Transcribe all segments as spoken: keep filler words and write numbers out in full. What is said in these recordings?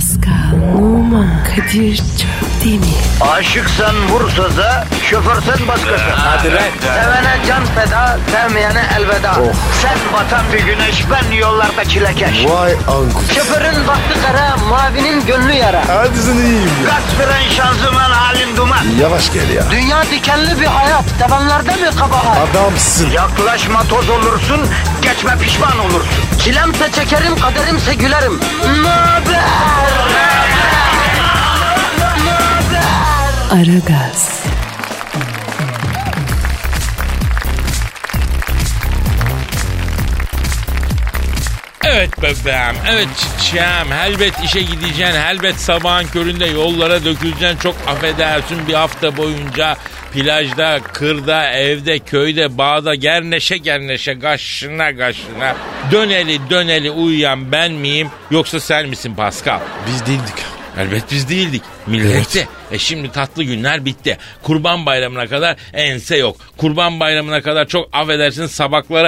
Pascal, Oman, Kadir çok değil mi? Aşıksan vursa da, şoförsen başkasın. Hadi lan. Sevene can feda, sevmeyene elveda. Oh. Sen batan bir güneş, ben yollarda çilekeş. Vay anku. Şoförün baktı kara, mavinin gönlü yara. Hadi sen iyiyim ya. Kasperen şanzıman halin duman. Yavaş gel ya. Dünya dikenli bir hayat, sevenlerde mi kabahar? Adamsın. Yaklaşma toz olursun, geçme pişman olursun. Çilemse çekerim, kaderimse gülerim. Möber! Aragaz. Evet bebeğim, evet çiçeğim, elbet işe gideceksin, elbet sabahın köründe yollara döküleceksin, çok affedersin bir hafta boyunca plajda, kırda, evde, köyde, bağda gerneşe gerneşe, gaşına gaşına, döneli döneli uyuyan ben miyim yoksa sen misin Pascal? Biz değildik. Elbet biz değildik. Millette. Evet. E şimdi tatlı günler bitti. Kurban bayramına kadar ense yok. Kurban bayramına kadar çok affedersiniz sabahlara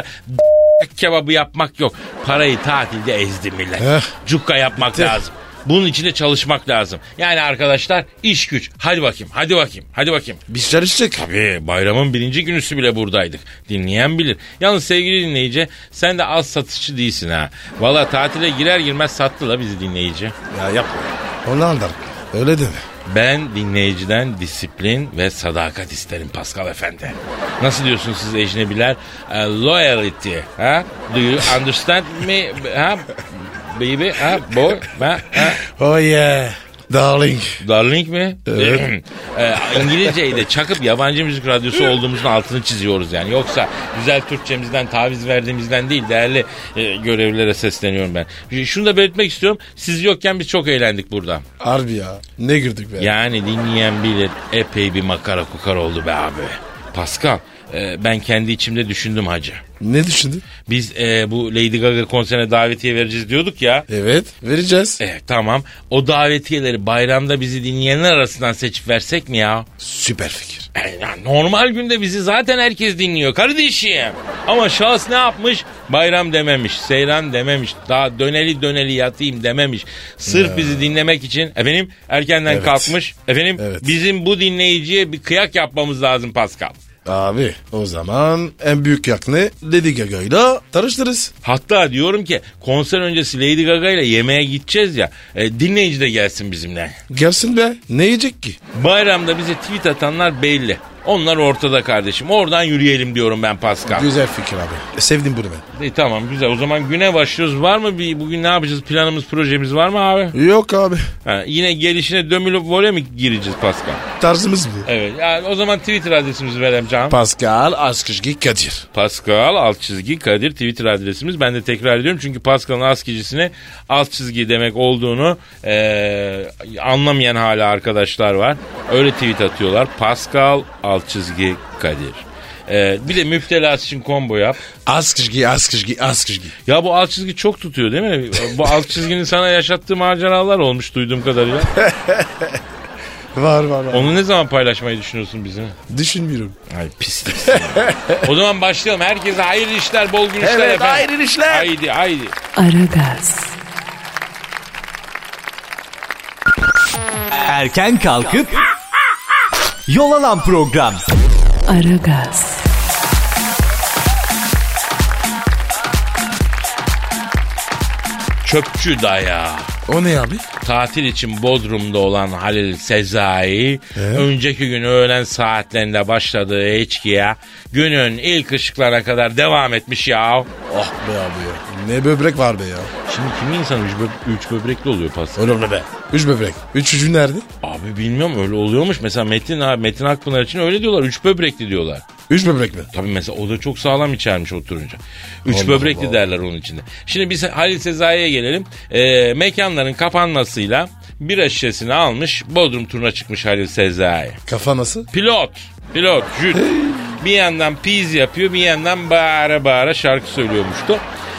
kebabı yapmak yok. Parayı tatilde ezdi millet. Eh, Cukka yapmak bitti. lazım. Bunun için de çalışmak lazım. Yani arkadaşlar iş güç. Hadi bakayım, hadi bakayım, hadi bakayım. Biz çalıştık. Tabii bayramın birinci günüsü bile buradaydık. Dinleyen bilir. Yalnız sevgili dinleyici sen de az satışçı değilsin ha. Valla tatile girer girmez sattı la bizi dinleyici. Ya yapma. Onu anlarım. Öyle deme. Ben dinleyiciden disiplin ve sadakat isterim Pascal Efendi. Nasıl diyorsunuz siz ecnebiler? Uh, loyalty. Ha? Do you understand me? Ha? Baby? Ha? Boy? Ha? Ha? Oh yeah. Darling. Darling mi? Evet. e, İngilizceyi de çakıp yabancı müzik radyosu olduğumuzun altını çiziyoruz yani. Yoksa güzel Türkçemizden taviz verdiğimizden değil değerli e, görevlilere sesleniyorum ben. Şunu da belirtmek istiyorum. Siz yokken biz çok eğlendik burada. Harbi ya. Ne girdik be. Yani dinleyen bilir epey bir makara kukara oldu be abi. Pascal e, ben kendi içimde düşündüm hacı. Ne düşündün? Biz e, bu Lady Gaga konserine davetiye vereceğiz diyorduk ya. Evet. Vereceğiz. Evet tamam. O davetiyeleri bayramda bizi dinleyenler arasından seçip versek mi ya? Süper fikir. E, ya normal günde bizi zaten herkes dinliyor kardeşim. Ama şahıs ne yapmış? Bayram dememiş, seyran dememiş, daha döneli döneli yatayım dememiş. Sırf ya. Bizi dinlemek için efendim erkenden Evet. kalkmış. Efendim Evet. bizim bu dinleyiciye bir kıyak yapmamız lazım Pascal. Abi o zaman en büyük yak ne? Lady Gaga'yla tanıştırırız. Hatta diyorum ki konser öncesi Lady Gaga ile yemeğe gideceğiz ya. E, dinleyici de gelsin bizimle. Gelsin be. Ne yiyecek ki? Bayramda bize tweet atanlar belli. Onlar ortada kardeşim. Oradan yürüyelim diyorum ben Pascal. Güzel fikir abi. Sevdim bunu ben. E, tamam güzel. O zaman güne başlıyoruz. Var mı bir bugün ne yapacağız? Planımız, projemiz var mı abi? Yok abi. Ha, yine gelişine dömülüp vole mi gireceğiz Pascal? Tarzımız bu. Evet. Yani o zaman Twitter adresimizi verelim canım. Pascal Askışgi Kadir. Pascal alt çizgi Kadir Twitter adresimiz. Ben de tekrar ediyorum çünkü Pascal'ın askicisine alt çizgi demek olduğunu e, anlamayan hala arkadaşlar var. Öyle tweet atıyorlar. Pascal alt çizgi Kadir. E, bir de müptelası için combo yap. Askışgi Askışgi Askışgi. Ya bu alt çizgi çok tutuyor değil mi? Bu alt çizginin sana yaşattığı maceralar olmuş duyduğum kadarıyla. Var var var. Onu ne zaman paylaşmayı düşünüyorsun bizimle? Düşünmüyorum. Ay pisliksin. O zaman başlayalım. Herkese hayırlı işler, bol gün işler Evet, efendim. hayırlı işler. Haydi haydi. Aragaz. Erken kalkıp yol alan program. Aragaz. Çöpçü daya. O ne abi? Tatil için Bodrum'da olan Halil Sezai Ee? önceki gün öğlen saatlerinde başladığı içkiye günün ilk ışıklarına kadar devam etmiş ya. Oh be abi ya. Ne böbrek var be ya. Şimdi kimi insan üç, bö- üç böbrekli oluyor Pascal? Öyle mi be? Üç böbrek. Üçüncü nerede? Abi bilmiyorum öyle oluyormuş. Mesela Metin abi Metin Akpınar için öyle diyorlar. Üç böbrekli diyorlar. Üç böbrek mi? Tabii mesela o da çok sağlam içermiş oturunca. Üç Allah böbrekli Allah. derler onun içinde. Şimdi biz Halil Sezai'ye gelelim. Ee, mekanların kapanmasıyla bira şişesini almış Bodrum turuna çıkmış Halil Sezai. Kafa nasıl? Pilot. Pilot. Jüt. Bir yandan piz yapıyor bir yandan bağıra bağıra şarkı söylüyormuştu.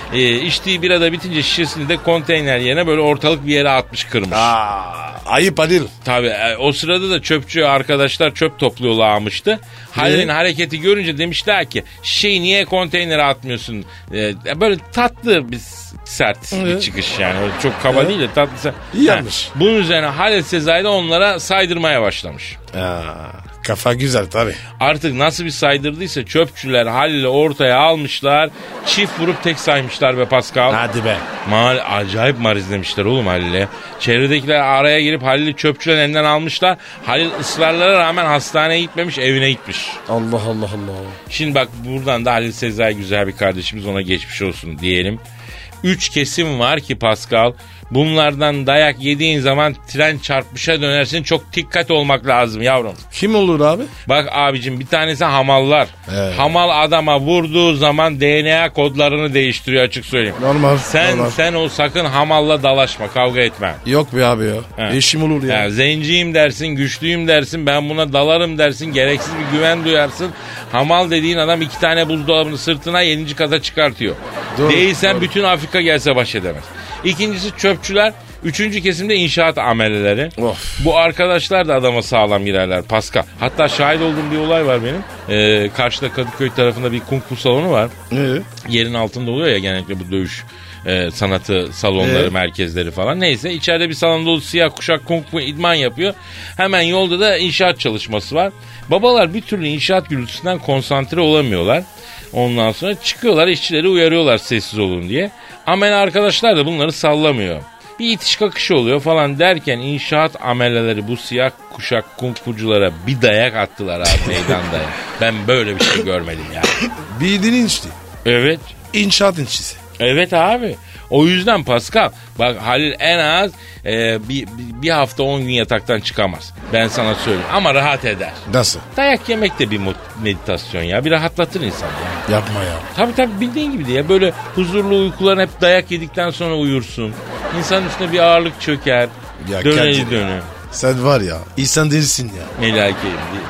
e, içtiği bira da bitince şişesini de konteyner yerine böyle ortalık bir yere atmış, kırmış. Aa, ayıp Halil. Tabii e, o sırada da çöpçü arkadaşlar çöp topluyorlarmıştı. Halil'in hareketi görünce demişler ki şişeyi niye konteynere atmıyorsun? E, böyle tatlı bir sert bir çıkış yani. Öyle çok kaba Evet. değil de tatlı sert. İyi yapmış. Bunun üzerine Halil Sezai de onlara saydırmaya başlamış. Aa, kafa güzel tabii. Artık nasıl bir saydırdıysa çöpçüler Halil'i ortaya almışlar. Çift vurup tek saymışlar be Pascal. Hadi be. Mal acayip marizlemişler oğlum Halil'e. Çevredekiler araya girip Halil'i çöpçülerin elinden almışlar. Halil ısrarlara rağmen hastaneye gitmemiş, evine gitmiş. Allah Allah Allah. Şimdi bak buradan da Halil Sezai güzel bir kardeşimiz, ona geçmiş olsun diyelim. Üç kesim var ki Pascal, bunlardan dayak yediğin zaman tren çarpmışa dönersin. Çok dikkat olmak lazım yavrum. Kim olur abi? Bak abicim, bir tanesi hamallar. Evet. Hamal adama vurduğu zaman D N A kodlarını değiştiriyor, açık söyleyeyim. Normal. Sen normal. sen o sakın hamalla dalaşma, kavga etme. Yok be abi ya. Ha. Eşim olur ya. Ya zenciyim dersin, güçlüyüm dersin, ben buna dalarım dersin, gereksiz bir güven duyarsın. Hamal dediğin adam iki tane buzdolabını sırtına yedinci kata çıkartıyor. Doğru, Değilsen doğru. bütün Afrika gelse baş edemez. İkincisi çöpçüler. Üçüncü kesimde inşaat ameleleri. Of. Bu arkadaşlar da adama sağlam girerler Pascal. Hatta şahit olduğum bir olay var benim. Ee, karşıda Kadıköy tarafında bir kung fu salonu var. Ne? Yerin altında oluyor ya genellikle bu dövüş e, sanatı salonları, Ee? merkezleri falan. Neyse, içeride bir salon dolu siyah kuşak kung fu idman yapıyor. Hemen yolda da inşaat çalışması var. Babalar bir türlü inşaat gürültüsünden konsantre olamıyorlar. Ondan sonra çıkıyorlar, işçileri uyarıyorlar sessiz olun diye. Amel arkadaşlar da bunları sallamıyor. Bir itiş kakışı oluyor falan derken inşaat ameleleri bu siyah kuşak kung fuculara bir dayak attılar abi, meydanda ya. Ben böyle bir şey görmedim ya. Bildiğin inçti. Evet. İnşaat inçisi. Evet abi. O yüzden Pascal, bak Halil en az e, bir, bir hafta on gün yataktan çıkamaz. Ben sana söyleyeyim. Ama rahat eder. Nasıl? Dayak yemek de bir meditasyon ya. Bir rahatlatır insanı ya. Yapma ya. Tabii tabii, bildiğin gibi diye. Böyle huzurlu uykuların hep dayak yedikten sonra uyursun. İnsanın üstüne bir ağırlık çöker. Ya Döneli Kadir dönü. Sen var ya, insan değilsin ya. Melakeyim değil.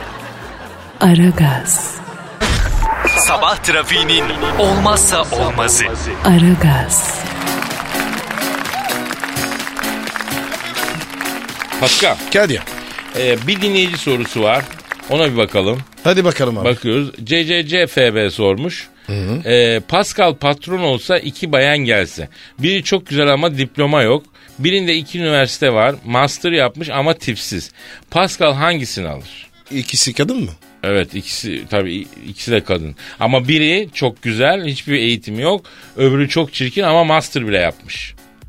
Aragaz, Sabah trafiğinin olmazsa olmazı. Aragaz, Pascal, Kadir. e, bir dinleyici sorusu var. Ona bir bakalım. Hadi bakalım abi. Bakıyoruz. C C C F B sormuş. Ee, Pascal patron olsa iki bayan gelse. Biri çok güzel ama diploma yok. Birinde iki üniversite var. Master yapmış ama tipsiz. Pascal hangisini alır? İkisi kadın mı? Evet, ikisi tabii, ikisi de kadın. Ama biri çok güzel, hiçbir eğitim yok. Öbürü çok çirkin ama master bile yapmış.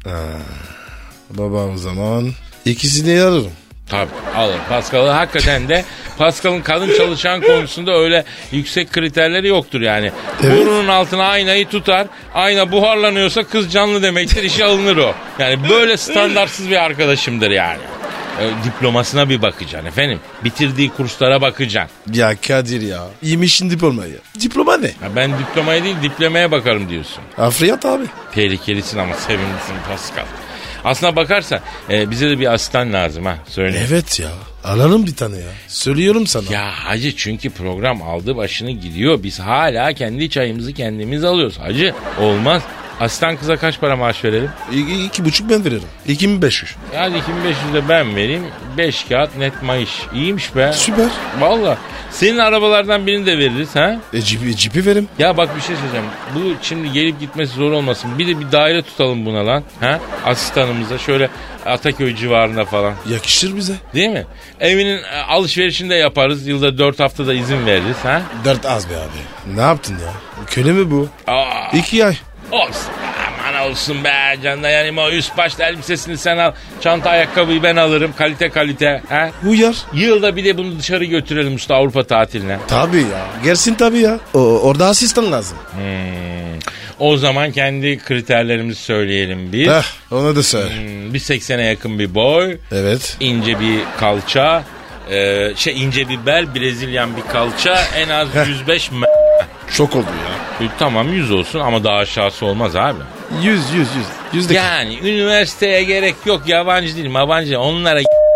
Baba o zaman ikisini alırım. Tabii alır. Pascal'ı hakikaten de Pascal'ın kadın çalışan konusunda öyle yüksek kriterleri yoktur yani. Evet. Burnunun altına aynayı tutar. Ayna buharlanıyorsa kız canlı demektir, işe alınır o. Yani böyle standartsız bir arkadaşımdır yani. E, diplomasına bir bakacaksın efendim. Bitirdiği kurslara bakacaksın. Ya Kadir ya. Yemişin diplomayı. Diploma ne? Ha, ben diplomaya değil diplemeye bakarım diyorsun. Afriyat abi. Tehlikelisin ama sevimlisin Pascal. Aslına bakarsan e, bize de bir asistan lazım ha, söyle. Evet ya. Alalım bir tane ya. Söylüyorum sana. Ya hacı, çünkü program aldı başını gidiyor. Biz hala kendi çayımızı kendimiz alıyoruz hacı. Olmaz. Asistan kıza kaç para maaş verelim? İki, iki buçuk ben veririm. İki bin beş yüz. Yani iki bin beş yüz de ben vereyim. Beş kağıt net maaş. İyiymiş be. Süper. Valla. Senin arabalardan birini de veririz ha. E cipi, cipi verim. Ya bak bir şey söyleyeceğim. Bu şimdi gelip gitmesi zor olmasın. Bir de bir daire tutalım buna lan. Ha? Asistanımıza şöyle Ataköy civarında falan. Yakışır bize. Değil mi? Evinin e, alışverişini de yaparız. Yılda dört haftada izin veririz ha. Dert az be abi. Ne yaptın ya? Köle mi bu? Aa, İki ay. olsun. Aman olsun be canına, yani o üst başlı elbisesini sen al. Çanta ayakkabıyı ben alırım. Kalite kalite. Ha? Uyar. Yılda bir de bunu dışarı götürelim usta, Avrupa tatiline. Tabii ya. Gelsin tabii ya. O, orada asistan lazım. Hmm. O zaman kendi kriterlerimizi söyleyelim biz. Heh, onu da söyle. Hmm, bir seksene yakın bir boy. Evet. İnce bir kalça. E, şey ince bir bel. Brezilyan bir kalça. En az yüz beş m- Çok oldu ya. E, tamam yüz olsun ama daha aşağısı olmaz abi. Yüz, yüz, yüz. Yüzde Yani üniversiteye gerek yok, yabancı değil yabancı, onlara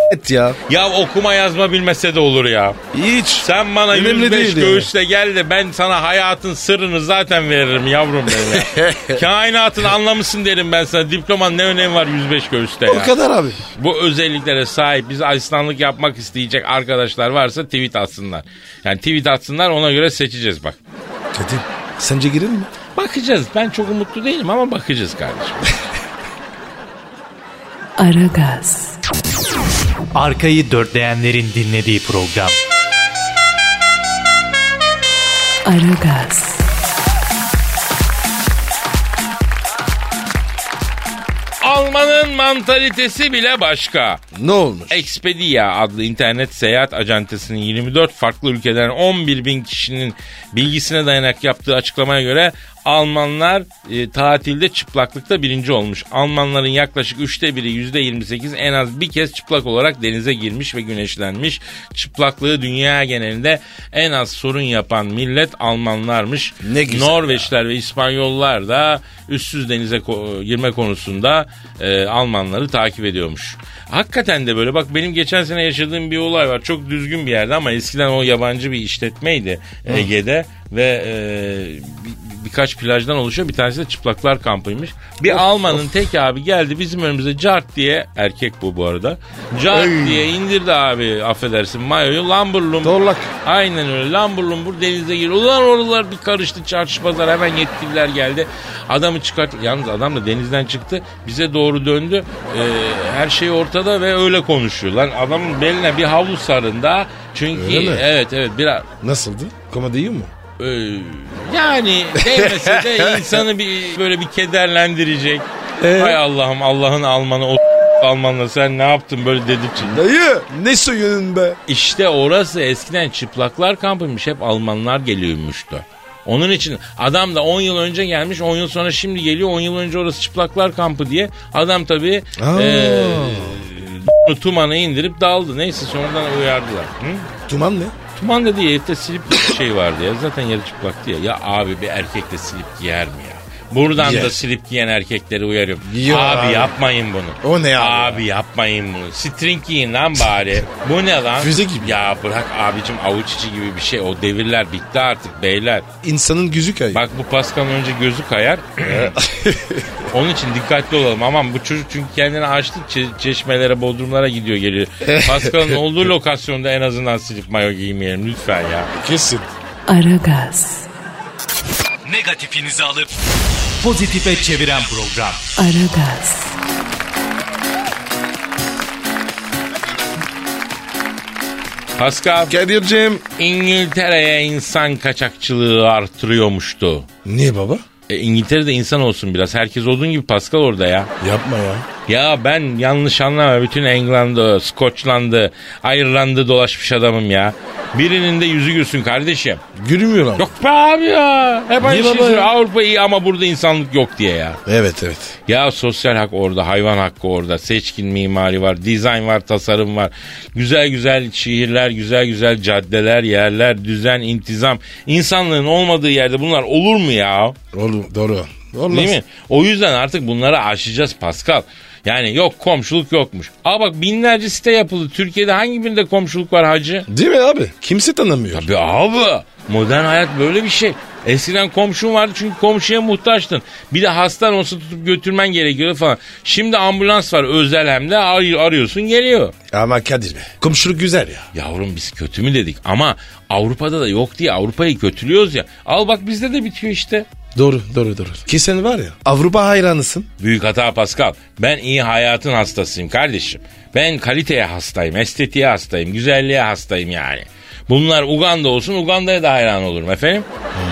et ya. Ya okuma yazma bilmese de olur ya. Hiç. Sen bana Önemli yüz beş değil yani. göğüsle gel de ben sana hayatın sırrını zaten veririm yavrum benim ya. Kainatın anlamışsın derim ben sana. Diploman ne önemi var yüz beş göğüste ya. O kadar abi. Bu özelliklere sahip biz asistanlık yapmak isteyecek arkadaşlar varsa tweet atsınlar. Yani tweet atsınlar, ona göre seçeceğiz bak. Kadir sence girir mi? Bakacağız. Ben çok umutlu değilim ama bakacağız kardeşim. Aragaz, Arkayı dörtleyenlerin dinlediği program. Aragaz, Almanın mantalitesi bile başka. Ne olmuş? Expedia adlı internet seyahat acentesinin yirmi dört farklı ülkeden on bir bin kişinin bilgisine dayanak yaptığı açıklamaya göre Almanlar e, tatilde çıplaklıkta birinci olmuş. Almanların yaklaşık üçte biri yüzde yirmi sekiz en az bir kez çıplak olarak denize girmiş ve güneşlenmiş. Çıplaklığı dünya genelinde en az sorun yapan millet Almanlarmış. Ne güzel Norveçler ve İspanyollar da üstsüz denize ko- girme konusunda e, Almanları takip ediyormuş. Hakikaten de böyle, bak benim geçen sene yaşadığım bir olay var. Çok düzgün bir yerde ama eskiden o yabancı bir işletmeydi Ege'de ve e, bir, birkaç plajdan oluşuyor. Bir tanesi de çıplaklar kampıymış. Bir of, Alman'ın of. tek abi geldi bizim önümüze cart diye, erkek bu bu arada. Cart Ey. diye indirdi abi, affedersin, mayoyu lambur lumbur. Dorlak. Aynen öyle, lambur lumbur denize gir. Ulan oralar bir karıştı, çarşı pazar, hemen yetkililer geldi. Adamı çıkart. Yalnız adam da denizden çıktı, bize doğru döndü. Ee, her şey ortada ve öyle konuşuyor. Lan adamın beline bir havlu sarında. Çünkü evet evet biraz. Nasıldı? Komedi iyi mi? Ee, yani değmese de insanı bir böyle bir kederlendirecek. Ee? Hay Allah'ım, Allah'ın Almanı o Almanla sen ne yaptın böyle dedikçe. Dayı ne soyunun be. İşte orası eskiden çıplaklar kampıymış, hep Almanlar geliyormuştu. Onun için adam da on yıl önce gelmiş, on yıl sonra şimdi geliyor, on yıl önce orası çıplaklar kampı diye. Adam tabii ee, tumanı indirip daldı. Neyse sonradan uyardılar. Hı? Tuman ne? Tuman dediği herifte silip bir şey vardı ya. Zaten yarı çıplaktı ya. Ya abi bir erkek de silip giyer mi ya? Buradan yes. da silip giyen erkekleri uyarıyorum. Yo abi, abi yapmayın bunu. O ne abi? Abi yapmayın bunu. String giyin lan bari. Bu ne lan? Füze gibi. Ya bırak abicim, avuç içi gibi bir şey. O devirler bitti artık beyler. İnsanın gözü kayar. Bak bu Pascal'ın önce gözü kayar. Onun için dikkatli olalım. Aman bu çocuk çünkü kendini açtı. Çe- çeşmelere, bodrumlara gidiyor geliyor. Pascal'ın olduğu lokasyonda en azından silip mayo giymeyelim lütfen ya. Kesin. Aragaz, Negatifinizi alıp pozitife çeviren program. Aragaz, Pascal, Kadir'cim. İngiltere'ye insan kaçakçılığı artırıyormuştu. Niye baba? E, İngiltere'de insan olsun biraz. Herkes odun gibi Pascal orada ya. Yapma ya. Ya ben yanlış anlama. Bütün England'ı, Skoçland'ı, İrland'ı dolaşmış adamım ya. Birinin de yüzü gülsün kardeşim. Gülmüyorlar. Yok be abi ya. Hep aynı şey söylüyor. Ya? Avrupa iyi ama burada insanlık yok diye ya. Evet evet. Ya sosyal hak orada, hayvan hakkı orada, seçkin mimari var, dizayn var, tasarım var. Güzel güzel şehirler, güzel güzel caddeler, yerler, düzen, intizam. İnsanlığın olmadığı yerde bunlar olur mu ya? Olur, doğru. Olmaz. Değil mi? O yüzden artık bunları aşacağız Pascal. Yani yok komşuluk yokmuş. Aa bak binlerce site yapıldı. Türkiye'de hangi birinde komşuluk var hacı? Değil mi abi? Kimse tanımıyor. Tabii abi. Modern hayat böyle bir şey. Eskiden komşun vardı çünkü komşuya muhtaçtın. Bir de hastan olsa tutup götürmen gerekiyordu falan. Şimdi ambulans var özel, hem de ar- arıyorsun geliyor. Ama Kadir be, komşuluk güzel ya. Yavrum biz kötü mü dedik ama Avrupa'da da yok diye Avrupa'yı kötülüyoruz ya. Al bak bizde de bitiyor işte. Doğru doğru doğru. Ki sen var ya Avrupa hayranısın. Büyük hata Pascal. Ben iyi hayatın hastasıyım kardeşim. Ben kaliteye hastayım, estetiğe hastayım, güzelliğe hastayım yani. Bunlar Uganda olsun, Uganda'ya da hayran olurum efendim.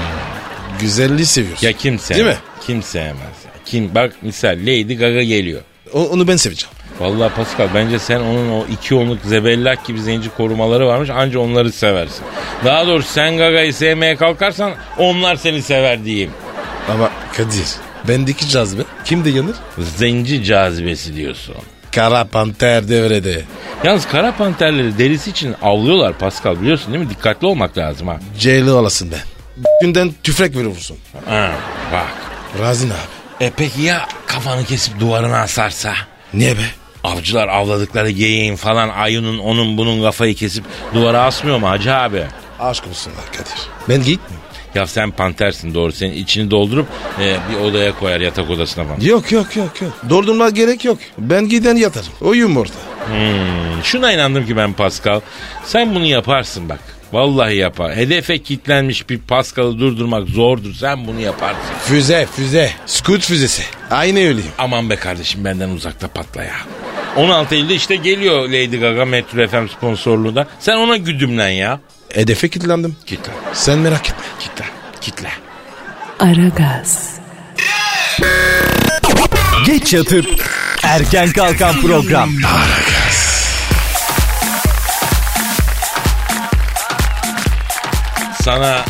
Hmm. Güzelliği seviyorsun. Ya kim sevmez? Değil mi? Kim sevmez? Kim? Bak misal Lady Gaga geliyor. O, onu ben seveceğim. Vallahi Pascal bence sen onun o iki onluk zebellak gibi zenci korumaları varmış, anca onları seversin. Daha doğrusu sen Gaga'yı sevmeye kalkarsan onlar seni sever diyeyim. Ama Kadir, bendeki cazibe kimde yanır? Zenci cazibesi diyorsun. Kara panter devrede. Yalnız kara panterleri derisi için avlıyorlar Pascal, biliyorsun değil mi? Dikkatli olmak lazım ha. Ceyli olasın ben. Günden tüfek verirsin. Ha, bak. Razin abi. E peki ya kafanı kesip duvarına asarsa? Niye be? Avcılar avladıkları geyiğin falan ayının onun bunun kafayı kesip duvara asmıyor mu hacı abi? Aşk olsun lan Kadir. Ben gitmiyorum. Ya sen pantersin doğru. Senin içini doldurup e, bir odaya koyar yatak odasına falan. Yok yok yok yok. Doldurma gerek yok. Ben giden yatarım. Oyum orada. Hmm, şuna inandım ki ben Pascal. Sen bunu yaparsın bak. Vallahi yapar. Hedefe kilitlenmiş bir Pascal'ı durdurmak zordur. Sen bunu yaparsın. Füze füze. Scoot füzesi. Aynı öyleyim. Aman be kardeşim benden uzakta patla ya. on altı Eylül'de işte geliyor Lady Gaga Metro F M sponsorluğunda. Sen ona güdümlen ya. Hedefe kilitlendim. Kitle. Sen merak etme. Kitle. Kitle. Aragaz, Geç yatıp erken kalkan program. Sana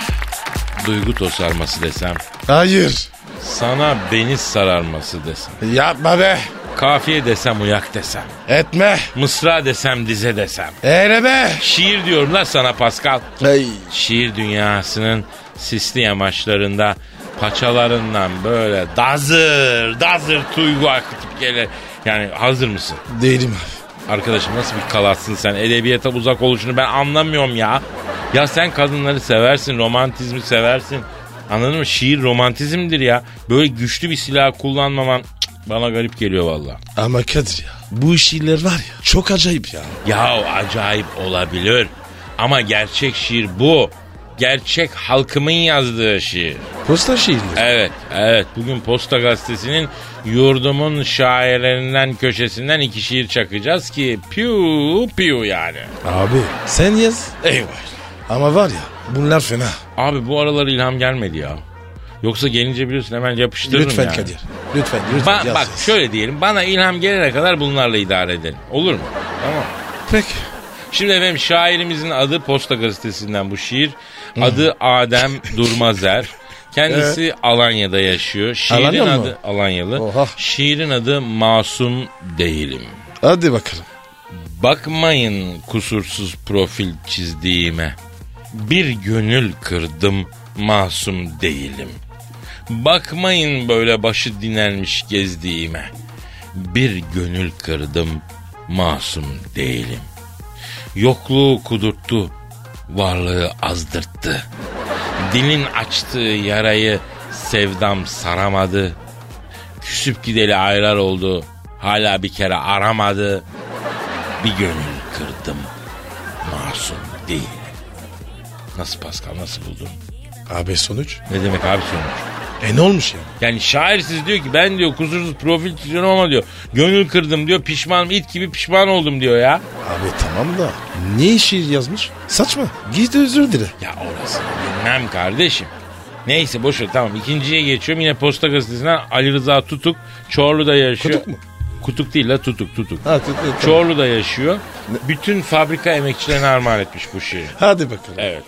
duygu tosarması desem. Hayır. Sana beni sararması desem. Yapma be. Kafiye desem uyak desem. Etme. Mısra desem dize desem. Eğre be. Şiir diyorum lan sana Pascal. Hey. Şiir dünyasının sisli yamaçlarında paçalarından böyle dazır dazır duygu akıtıp gelir. Yani hazır mısın? Değilim abi. Arkadaşım nasıl bir kalatsın sen? Edebiyata uzak oluşunu ben anlamıyorum ya. Ya sen kadınları seversin, romantizmi seversin. Anladın mı? Şiir romantizmdir ya. Böyle güçlü bir silah kullanmaman cık, bana garip geliyor valla. Ama Kadir ya. Bu şiirler var ya. Çok acayip ya. Ya acayip olabilir. Ama gerçek şiir bu. Gerçek halkımın yazdığı şiir. Posta şiirleri. Evet, evet. Bugün Posta Gazetesi'nin yurdumun şairlerinden köşesinden iki şiir çakacağız ki piu piu yani. Abi sen yaz. Eyvah. Ama var ya bunlar fena. Abi bu aralar ilham gelmedi ya. Yoksa gelince biliyorsun hemen yapıştırırım Lütfen yani. Kadir. Lütfen lütfen Ba- yaz. bak yaz. şöyle diyelim, bana ilham gelene kadar bunlarla idare edelim. Olur mu? Tamam. Peki. Şimdi efendim şairimizin adı Posta Gazetesi'nden bu şiir. Adı Adem Durmazer. Kendisi Alanya'da yaşıyor. Şiirin Alanya mı? adı Alanyalı. Oha. Şiirin adı Masum Değilim. Hadi bakalım. Bakmayın kusursuz profil çizdiğime. Bir gönül kırdım, masum değilim. Bakmayın böyle başı dinlenmiş gezdiğime. Bir gönül kırdım, masum değilim. Yokluğu kudurttu, varlığı azdırttı. Dilin açtığı yarayı sevdam saramadı. Küsüp gideli aylar oldu, hala bir kere aramadı. Bir gönül kırdım, masum değilim. Nasıl Pascal, nasıl buldun? Abi sonuç. Ne demek abi sonuç? E ne olmuş ya? Yani şairsiz diyor ki ben diyor kusursuz profil çiziyorum ama diyor gönül kırdım diyor, pişmanım, it gibi pişman oldum diyor ya. Abi tamam da niye şiir yazmış? Saçma. Git özür dile. Ya orasını bilmem kardeşim. Neyse boş ver, tamam, ikinciye geçiyorum. Yine Posta Gazetesi'nden Ali Rıza Tutuk. Çorlu'da yaşıyor. Kutuk mu? Kutuk değil la Tutuk Tutuk. Ha, tut, tut, Çorlu'da yaşıyor. Bütün fabrika emekçilerine armağan etmiş bu şiiri. Hadi bakalım. Evet.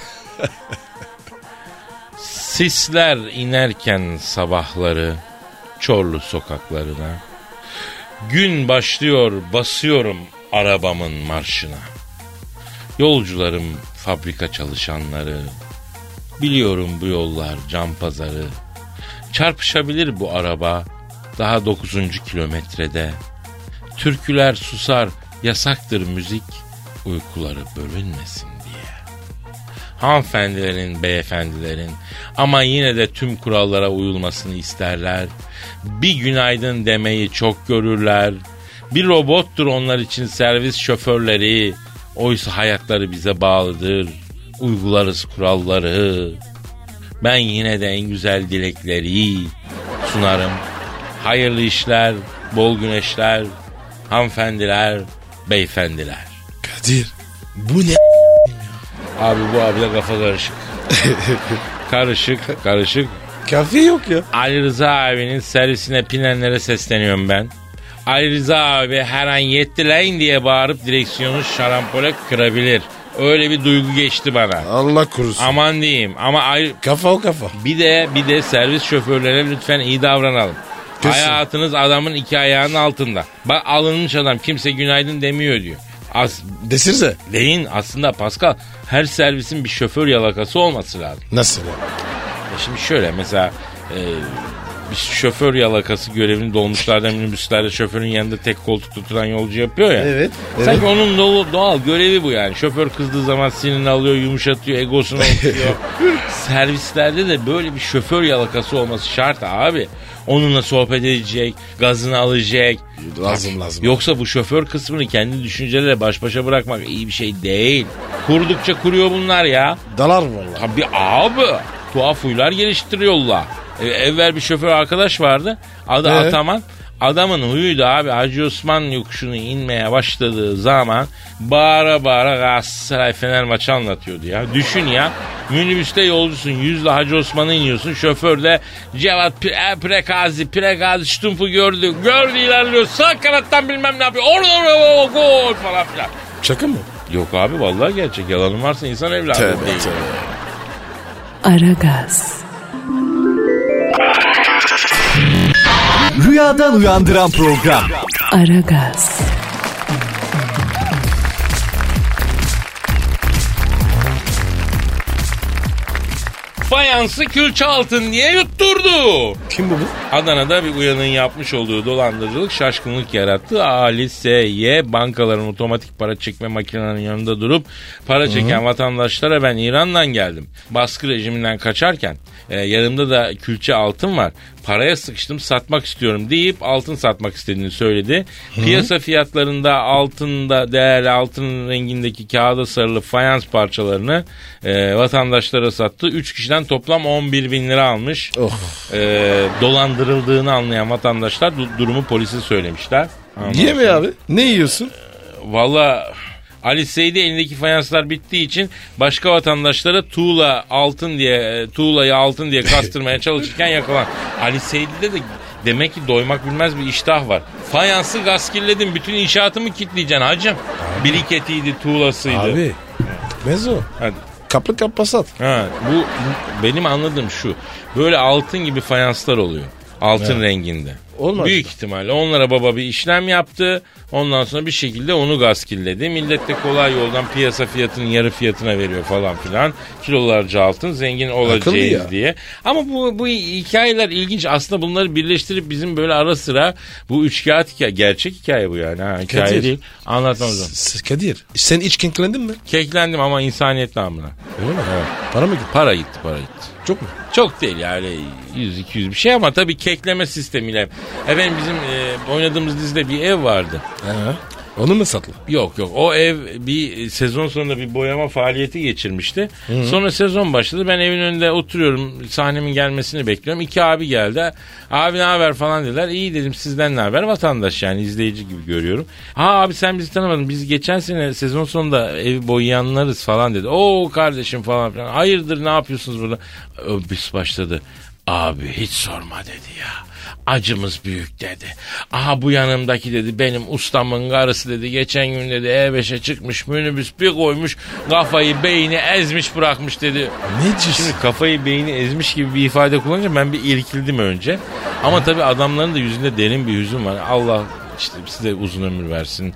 Sisler inerken sabahları Çorlu sokaklarına. Gün başlıyor, basıyorum arabamın marşına. Yolcularım, fabrika çalışanları. Biliyorum bu yollar can pazarı. Çarpışabilir bu araba daha dokuzuncu kilometrede. Türküler susar, yasaktır müzik, uykuları bölünmesin diye. Hanımefendilerin, beyefendilerin ama yine de tüm kurallara uyulmasını isterler. Bir günaydın demeyi çok görürler. Bir robottur onlar için servis şoförleri. Oysa hayatları bize bağlıdır. Uygularız kuralları. Ben yine de en güzel dilekleri sunarım. Hayırlı işler, bol güneşler, hanımefendiler, beyefendiler. Kadir bu ne? Abi bu abla kafa karışık. karışık, karışık. Kafe yok ya. Ali Rıza abinin servisine pinenlere sesleniyorum ben. Ali Rıza abi her an yettileyin diye bağırıp direksiyonu şarampole kırabilir. Öyle bir duygu geçti bana. Allah korusun. Aman diyeyim ama ay- Kafa o kafa. bir de bir de servis şoförlerine lütfen iyi davranalım. Kesin. Hayatınız adamın iki ayağının altında. Bak alınmış adam, kimse günaydın demiyor diyor. As Desirse. Deyin aslında Pascal, her servisin bir şoför yalakası olması lazım. Nasıl ya? Ya şimdi şöyle mesela e, bir şoför yalakası görevini dolmuşlarda, minibüslerde şoförün yanında tek koltuk tutulan yolcu yapıyor ya. Evet. Sanki evet. onun doğal, doğal görevi bu yani. Şoför kızdığı zaman sinirini alıyor, yumuşatıyor, egosunu okuyor. Servislerde de böyle bir şoför yalakası olması şart abi. Onunla sohbet edecek, gazını alacak. Lazım lazım. Yoksa bu şoför kısmını kendi düşünceleriyle baş başa bırakmak iyi bir şey değil. Kurdukça kuruyor bunlar ya. Dalar vallahi. Tabii abi. Tuhaf huylar geliştiriyorlar. Ee, evvel bir şoför arkadaş vardı. Adı Ee? Ataman. Adamın huyuydu abi. Hacı Osman yokuşunu inmeye başladığı zaman bağıra bağıra Galatasaray Fener maçı anlatıyordu ya. Düşün ya. Minibüste yolcusun. Yüzle Hacı Osman'a iniyorsun. Şoför de Cevat Pre- Prekazi Prekazi Ştumf'u gördü. Gördü ilerliyor. Sağ kanattan bilmem ne yapıyor. Orada orada gol falan filan. Şaka mı? Yok abi vallahi gerçek. Yalanın varsa insan evladı Tövbe değil. tövbe. Aragaz, Rüyadan uyandıran program. Aragaz, Fayansı külçe altın diye yutturdu. Kim bu bu? Adana'da bir uyanığın yapmış olduğu dolandırıcılık şaşkınlık yarattı. Ali S Y bankaların otomatik para çekme makinelerinin yanında durup para çeken Hı-hı. vatandaşlara ben İran'dan geldim. Baskı rejiminden kaçarken e, yanımda da külçe altın var. Paraya sıkıştım satmak istiyorum deyip altın satmak istediğini söyledi. Hı-hı. Piyasa fiyatlarında altında değerli altın rengindeki kağıda sarılı fayans parçalarını e, vatandaşlara sattı. üç kişiden toplam on bir bin lira almış. Oh. E, dolandırıldığını anlayan vatandaşlar du- durumu polise söylemişler. Niye mi abi? Ne yiyorsun? Valla Ali Seydi elindeki fayanslar bittiği için başka vatandaşlara tuğla altın diye tuğlayı altın diye kastırmaya çalışırken yakalan. Ali Seydi'de de demek ki doymak bilmez bir iştah var. Fayansı gaskilledim, bütün inşaatımı kilitleyeceksin hacım. Biriketiydi, tuğlasıydı. Abi. Mezo. Hadi. Kaplı kap pasat. Ha, bu benim anladığım şu. Böyle altın gibi fayanslar oluyor. Altın evet. renginde. Olmaz. Büyük ihtimalle onlara baba bir işlem yaptı. Ondan sonra bir şekilde onu gaskilledi. Millet de kolay yoldan piyasa fiyatının yarı fiyatına veriyor falan filan. Kilolarca altın zengin olacağız diye. Ama bu bu hikayeler ilginç. Aslında bunları birleştirip bizim böyle ara sıra bu üç kağıt hikaye. Gerçek hikaye bu yani. Ha, hikaye Kadir. Değil. Anlatmam o zaman. S- Kadir sen hiç keklendin mi? Keklendim ama insaniyet namına. Öyle mi? Evet. Para mı gitti? Para gitti para gitti. Çok mu? Çok değil yani yüz iki yüz bir şey ama tabii kekleme sistemiyle. Efendim bizim e, oynadığımız dizide bir ev vardı. He. Onu mu satlı? Yok yok o ev bir sezon sonunda bir boyama faaliyeti geçirmişti. Hı-hı. Sonra sezon başladı, ben evin önünde oturuyorum, sahnemin gelmesini bekliyorum. İki abi geldi, abi ne haber falan dediler. İyi dedim, sizden ne haber? Vatandaş yani, izleyici gibi görüyorum. Ha abi sen bizi tanımadın, biz geçen sene sezon sonunda evi boyayanlarız falan dedi. Oo kardeşim falan filan, hayırdır ne yapıyorsunuz burada? Biz başladı. Abi hiç sorma dedi ya. Acımız büyük dedi. Aha bu yanımdaki dedi benim ustamın karısı dedi. Geçen gün dedi E beşe çıkmış, minibüs bir koymuş, kafayı beyni ezmiş bırakmış dedi. Ne diyorsun? Şimdi kafayı beyni ezmiş gibi bir ifade kullanınca ben bir irkildim önce. Ama tabii adamların da yüzünde derin bir hüzün var. Allah işte size uzun ömür versin.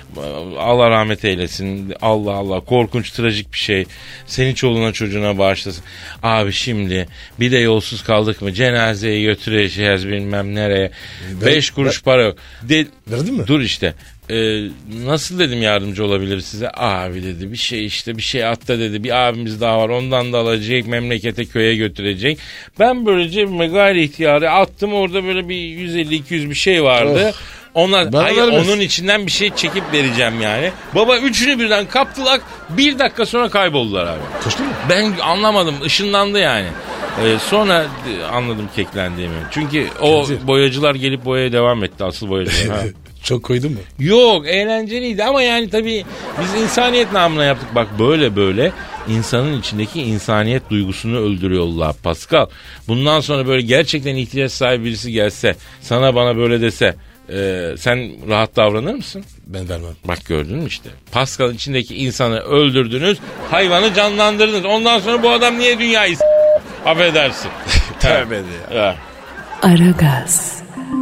Allah rahmet eylesin. Allah Allah, korkunç trajik bir şey. Senin çoluğuna çocuğuna bağışlasın. Abi şimdi bir de yolsuz kaldık mı cenazeyi götüreceğiz bilmem nereye. Ben, Beş kuruş ben, para yok. De, verdin mi? Dur işte. Ee, nasıl dedim yardımcı olabilir size? Abi dedi bir şey işte bir şey atta dedi. Bir abimiz daha var, ondan da alacak, memlekete köye götürecek. Ben böyle cebime gayri ihtiyarı attım, orada böyle bir yüz elli iki yüz bir şey vardı. Oh. Onlar, hayır, onun içinden bir şey çekip vereceğim yani. Baba üçünü birden kaptılar. Bir dakika sonra kayboldular abi. Kaçtı mı? Ben anlamadım. Işınlandı yani. Ee, sonra anladım keklendiğimi. Çünkü o Kadir. Boyacılar gelip boyaya devam etti. Asıl boyacılar. Ha. Çok koydun mu? Yok, eğlenceliydi ama yani tabii biz insaniyet namına yaptık. Bak böyle böyle insanın içindeki insaniyet duygusunu öldürüyorlar Pascal. Bundan sonra böyle gerçekten ihtiyaç sahibi birisi gelse, sana bana böyle dese, Ee, sen rahat davranır mısın? Ben vermem. Bak gördün mü işte. Pascal'ın içindeki insanı öldürdünüz, hayvanı canlandırdınız. Ondan sonra bu adam niye dünyayı s- affedersin. Tövbe ya. Aragaz.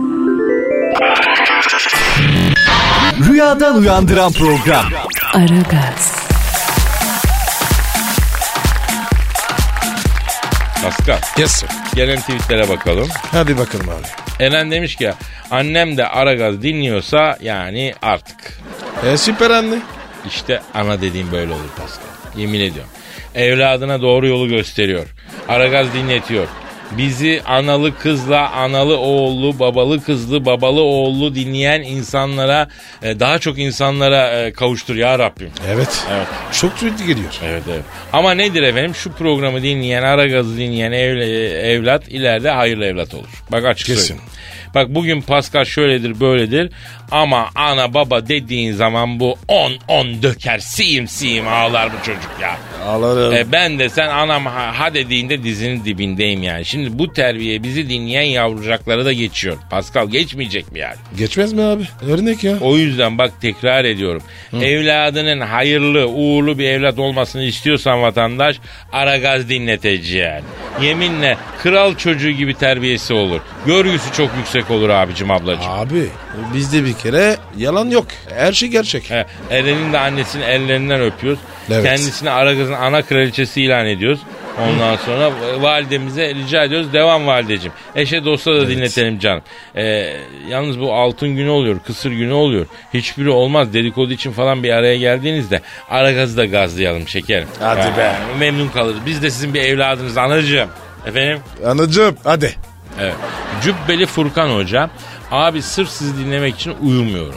Rüyadan uyandıran program. Aragaz. Pascal, Yes sir. gelen tweetlere bakalım. Hadi bakalım abi. Eren demiş ki annem de Aragaz dinliyorsa yani artık. E süper anne. İşte ana dediğim böyle olur Pascal. Yemin ediyorum. Evladına doğru yolu gösteriyor. Aragaz dinletiyor. Bizi analı kızla, analı oğullu, babalı kızlı, babalı oğullu dinleyen insanlara, daha çok insanlara kavuştur ya Rabbim. Evet. Evet. Çok tweet geliyor. Evet evet. Ama nedir efendim? Şu programı dinleyen, Aragaz'ı dinleyen evle, evlat ileride hayırlı evlat olur. Bak açık Kesin. söyleyeyim. Bak bugün Pascal şöyledir böyledir ama ana baba dediğin zaman bu on on döker siyim siyim ağlar bu çocuk ya. Ağlarım. E ben de sen anam ha, ha dediğinde dizinin dibindeyim yani. Şimdi bu terbiye bizi dinleyen yavrucakları da geçiyor. Pascal geçmeyecek mi yani? Geçmez mi abi? Örnek ya. O yüzden bak tekrar ediyorum. Hı. Evladının hayırlı, uğurlu bir evlat olmasını istiyorsan vatandaş Aragaz dinleteceksin. Yeminle kral çocuğu gibi terbiyesi olur. Görgüsü çok yüksek olur abicim ablacığım. Abi bizde bir kere yalan yok. Her şey gerçek. He, Eren'in de annesinin ellerinden öpüyoruz. Evet. Kendisini Aragaz'ın ana kraliçesi ilan ediyoruz. Ondan sonra validemize rica ediyoruz. Devam valideciğim. Eşe dosta da evet. dinletelim canım. Ee, yalnız bu altın günü oluyor. Kısır günü oluyor. Hiçbiri olmaz. Dedikodu için falan bir araya geldiğinizde Aragaz'ı da gazlayalım şekerim. Hadi ya, be. Memnun kalırız. Biz de sizin bir evladınız anacığım. Efendim? Anacığım hadi. Evet. Cübbeli Furkan Hoca. Abi sırf sizi dinlemek için uyumuyorum.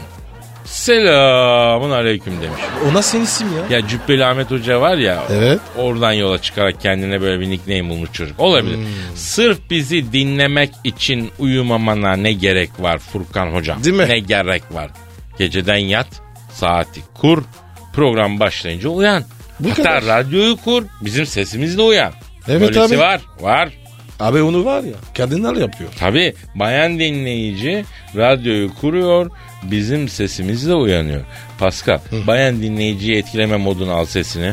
Selamun aleyküm demiş. O nasıl isim ya? Ya Cübbeli Ahmet Hoca var ya. Evet. Oradan yola çıkarak kendine böyle bir nickname bulmuş çocuk. Olabilir. Hmm. Sırf bizi dinlemek için uyumamana ne gerek var Furkan Hocam? Değil mi? Ne gerek var? Geceden yat, saati kur, program başlayınca uyan. Bu Hatta kadar. Radyoyu kur, bizim sesimizle uyan. Evet Böylesi abi. var, var. Abi onu var ya, kadınlar yapıyor. Tabii bayan dinleyici radyoyu kuruyor, bizim sesimizle uyanıyor. Pascal, Hı. bayan dinleyiciyi etkileme modunu al sesini.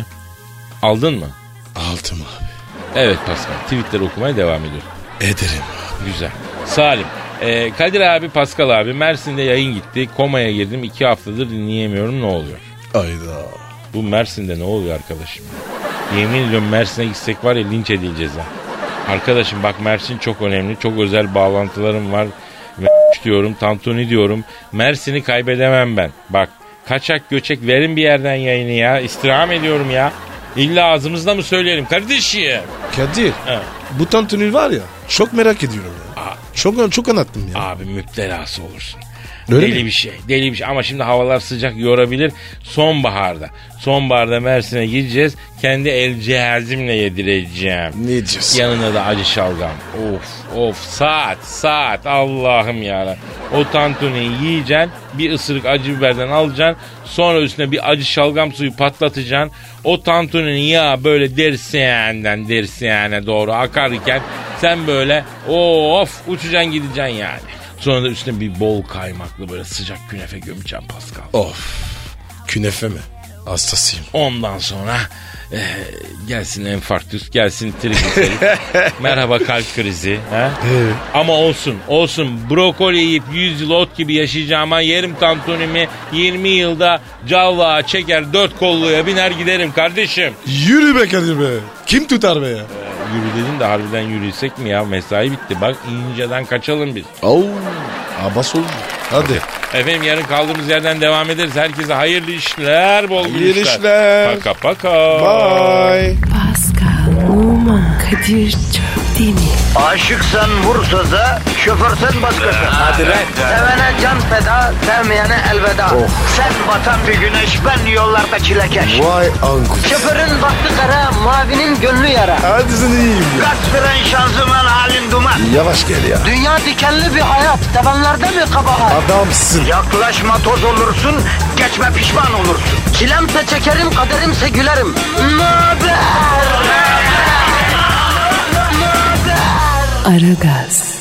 Aldın mı? Aldım abi. Evet Pascal, tweetleri okumaya devam ediyorum. Ederim. Güzel. Salim, e, Kadir abi, Pascal abi, Mersin'de yayın gitti. Komaya girdim, iki haftadır dinleyemiyorum, ne oluyor? Ayda. Bu Mersin'de ne oluyor arkadaşım? Yemin ediyorum Mersin'e gitsek var ya linç edileceğiz ha. Arkadaşım bak Mersin çok önemli. Çok özel bağlantılarım var. diyorum, tantuni diyorum. Mersin'i kaybedemem ben. Bak kaçak göçek verin bir yerden yayını ya. İstirham ediyorum ya. İlla ağzımızda mı söyleyelim kardeşim? Kadir He. bu tantuni var ya çok merak ediyorum ya. Aa, çok çok anlattım ya. Abi müptelası olursun. Öyle deli mi? bir şey, deli bir şey. Ama şimdi havalar sıcak yorabilir. Sonbaharda. Sonbaharda Mersin'e gideceğiz. Kendi el cihazimle yedireceğim. Ne diyorsun? Yanına da acı şalgam. Of of saat saat Allah'ım yarabbim. O tantuniyi yiyeceksin. Bir ısırık acı biberden alacaksın. Sonra üstüne bir acı şalgam suyu patlatacaksın. O tantuninin yağı böyle dirseğinden dirseğine doğru akarken sen böyle of uçacaksın gideceksin yani. Sonra da üstüne bir bol kaymaklı böyle sıcak künefe gömeceğim Pascal. Of. Künefe mi? Hastasıyım. Ondan sonra e, gelsin enfarktüs, gelsin trigliserit, merhaba kalp krizi. He? Evet. Ama olsun, olsun. Brokoli yiyip yüz yıl ot gibi yaşayacağıma yerim tantunimi yirmi yılda cavlağa çeker dört kolluya biner giderim kardeşim. Yürü be Kadir be. Kim tutar be ya? Ee, yürü dedin de harbiden yürüysek mi ya? Mesai bitti. Bak inceden kaçalım biz. Oo. Abas oldu. Hadi. Efendim yarın kaldığımız yerden devam ederiz. Herkese hayırlı işler, bol Hayırlı gülüşler. işler. Paka paka. Bye. Pascal, Oman, Kadir çok değil mi? Aşıksan vursa da, şoförsen başkasın. Hadi lan. Sevene can feda, sevmeyene elveda. Oh. Sen batan bir güneş, ben yollarda çilekeş. Vay anku. Şoförün baktı kara, mavinin gönlü yara. Hadi sen iyiyim ya. Kasperen şanzıman halin duman. Yavaş gel ya. Dünya dikenli bir hayat, sevenlerde mi kabahar? Adamsın. Yaklaşma toz olursun, geçme pişman olursun. Çilemse çekerim, kaderimse gülerim. Möber! Aragaz.